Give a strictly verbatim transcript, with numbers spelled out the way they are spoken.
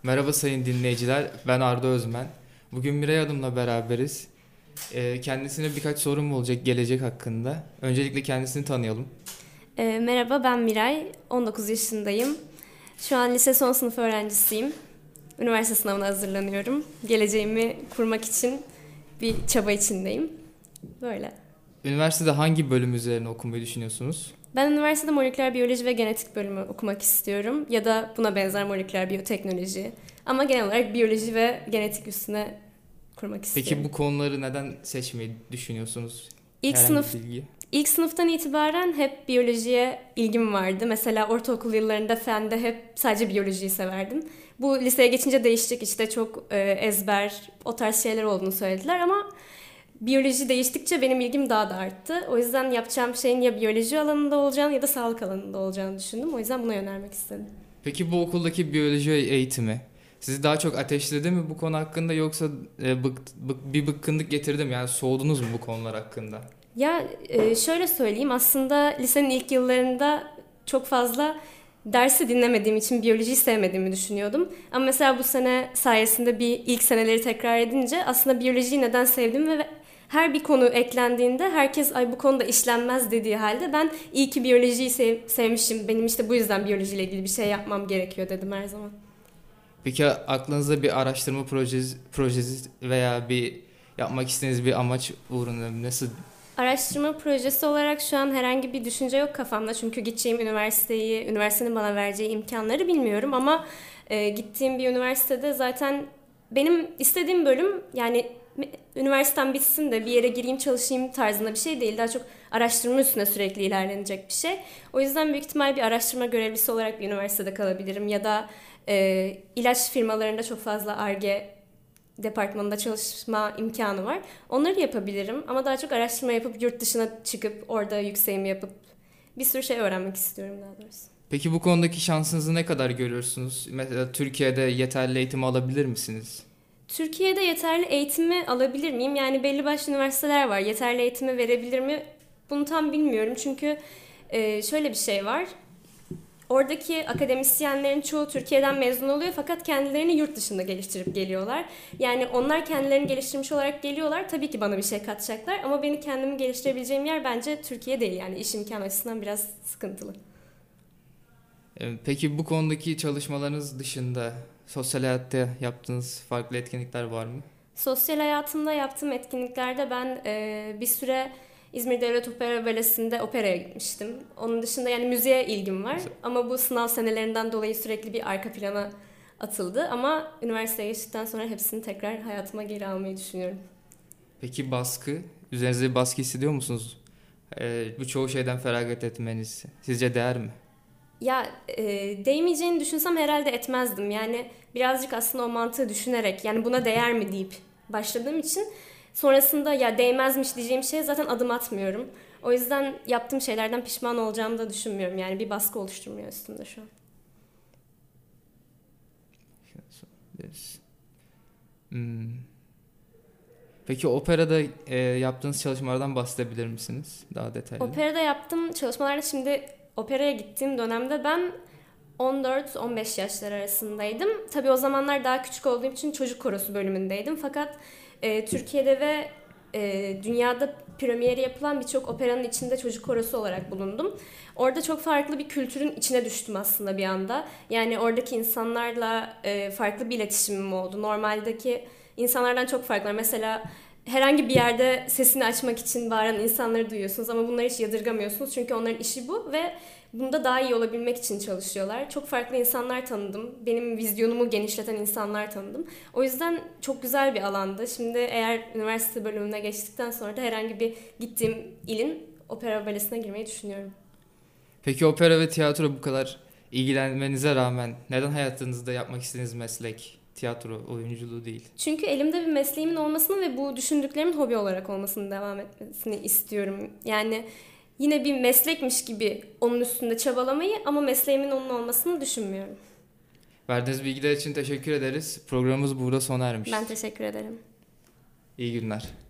Merhaba sayın dinleyiciler, ben Arda Özmen. Bugün Miray Hanım'la beraberiz. Ee, Kendisine birkaç sorum olacak gelecek hakkında. Öncelikle kendisini tanıyalım. E, merhaba, ben Miray, on dokuz yaşındayım. Şu an lise son sınıf öğrencisiyim. Üniversite sınavına hazırlanıyorum. Geleceğimi kurmak için bir çaba içindeyim. Böyle. Üniversitede hangi bölüm üzerine okumayı düşünüyorsunuz? Ben üniversitede moleküler biyoloji ve genetik bölümü okumak istiyorum. Ya da buna benzer moleküler biyoteknoloji. Ama genel olarak biyoloji ve genetik üstüne kurmak Peki istiyorum. bu konuları neden seçmeyi düşünüyorsunuz? İlk Herhangi sınıf bir bilgi. İlk sınıftan itibaren hep biyolojiye ilgim vardı. Mesela ortaokul yıllarında fende hep sadece biyolojiyi severdim. Bu liseye geçince değişecek, işte çok e, ezber, o tarz şeyler olduğunu söylediler ama biyoloji değiştikçe benim ilgim daha da arttı. O yüzden yapacağım şeyin ya biyoloji alanında olacağını ya da sağlık alanında olacağını düşündüm. O yüzden buna yönelmek istedim. Peki bu okuldaki biyoloji eğitimi sizi daha çok ateşledi mi bu konu hakkında yoksa e, bık- bık- bir bıkkınlık getirdi mi? Yani soğudunuz mu bu konular hakkında? Ya e, şöyle söyleyeyim, aslında lisenin ilk yıllarında çok fazla dersi dinlemediğim için biyolojiyi sevmediğimi düşünüyordum. Ama mesela bu sene sayesinde bir ilk seneleri tekrar edince aslında biyolojiyi neden sevdim ve her bir konu eklendiğinde herkes ay bu konuda işlenmez dediği halde ben iyi ki biyolojiyi sev- sevmişim. Benim işte bu yüzden biyolojiyle ilgili bir şey yapmam gerekiyor dedim her zaman. Peki aklınızda bir araştırma projesi, projesi veya bir yapmak istediğiniz bir amaç uğruna nasıl? Araştırma projesi olarak şu an herhangi bir düşünce yok kafamda. Çünkü gideceğim üniversiteyi, üniversitenin bana vereceği imkanları bilmiyorum. Ama e, gittiğim bir üniversitede zaten benim istediğim bölüm, yani üniversitem bitsin de bir yere gireyim çalışayım tarzında bir şey değil. Daha çok araştırma üstüne sürekli ilerlenecek bir şey. O yüzden büyük ihtimal bir araştırma görevlisi olarak bir üniversitede kalabilirim. Ya da e, ilaç firmalarında çok fazla Ar-Ge departmanında çalışma imkanı var. Onları yapabilirim ama daha çok araştırma yapıp yurt dışına çıkıp orada yükseğimi yapıp bir sürü şey öğrenmek istiyorum daha doğrusu. Peki bu konudaki şansınızı ne kadar görüyorsunuz? Mesela Türkiye'de yeterli eğitim alabilir misiniz? Türkiye'de yeterli eğitimi alabilir miyim? Yani belli başlı üniversiteler var. Yeterli eğitimi verebilir mi? Bunu tam bilmiyorum çünkü e, şöyle bir şey var. Oradaki akademisyenlerin çoğu Türkiye'den mezun oluyor fakat kendilerini yurt dışında geliştirip geliyorlar. Yani onlar kendilerini geliştirmiş olarak geliyorlar. Tabii ki bana bir şey katacaklar ama beni kendimi geliştirebileceğim yer bence Türkiye değil. Yani iş imkanı açısından biraz sıkıntılı. Ee, Peki bu konudaki çalışmalarınız dışında sosyal hayatta yaptığınız farklı etkinlikler var mı? Sosyal hayatımda yaptığım etkinliklerde ben e, bir süre İzmir Devlet Opera Balesi'nde operaya gitmiştim. Onun dışında yani müziğe ilgim var Mesela- ama bu sınav senelerinden dolayı sürekli bir arka plana atıldı. Ama üniversiteye geçtikten sonra hepsini tekrar hayatıma geri almayı düşünüyorum. Peki baskı, üzerinizde bir baskı hissediyor musunuz? Ee, bu çoğu şeyden feragat etmeniz sizce değer mi? Ya e, değmeyeceğini düşünsem herhalde etmezdim. Yani birazcık aslında o mantığı düşünerek yani buna değer mi deyip başladığım için sonrasında ya değmezmiş diyeceğim şeye zaten adım atmıyorum. O yüzden yaptığım şeylerden pişman olacağımı da düşünmüyorum. Yani bir baskı oluşturmuyor üstümde şu an. Hmm. Peki operada e, yaptığınız çalışmalardan bahsedebilir misiniz daha detaylı? Operada yaptığım çalışmalarda şimdi operaya gittiğim dönemde ben on dört on beş yaşlar arasındaydım. Tabii o zamanlar daha küçük olduğum için çocuk korosu bölümündeydim. Fakat e, Türkiye'de ve e, dünyada premieri yapılan birçok operanın içinde çocuk korosu olarak bulundum. Orada çok farklı bir kültürün içine düştüm aslında bir anda. Yani oradaki insanlarla e, farklı bir iletişimim oldu. Normaldeki insanlardan çok farklı. Mesela herhangi bir yerde sesini açmak için bağıran insanları duyuyorsunuz ama bunları hiç yadırgamıyorsunuz. Çünkü onların işi bu ve bunda daha iyi olabilmek için çalışıyorlar. Çok farklı insanlar tanıdım. Benim vizyonumu genişleten insanlar tanıdım. O yüzden çok güzel bir alandı. Şimdi eğer üniversite bölümüne geçtikten sonra da herhangi bir gittiğim ilin opera balesine girmeyi düşünüyorum. Peki opera ve tiyatro bu kadar ilgilenmenize rağmen neden hayatınızda yapmak istediğiniz meslek tiyatro, oyunculuğu değil? Çünkü elimde bir mesleğimin olmasını ve bu düşündüklerimin hobi olarak olmasını devam etmesini istiyorum. Yani yine bir meslekmiş gibi onun üstünde çabalamayı ama mesleğimin onun olmasını düşünmüyorum. Verdiğiniz bilgiler için teşekkür ederiz. Programımız burada sona Ben ermiştir. teşekkür ederim. İyi günler.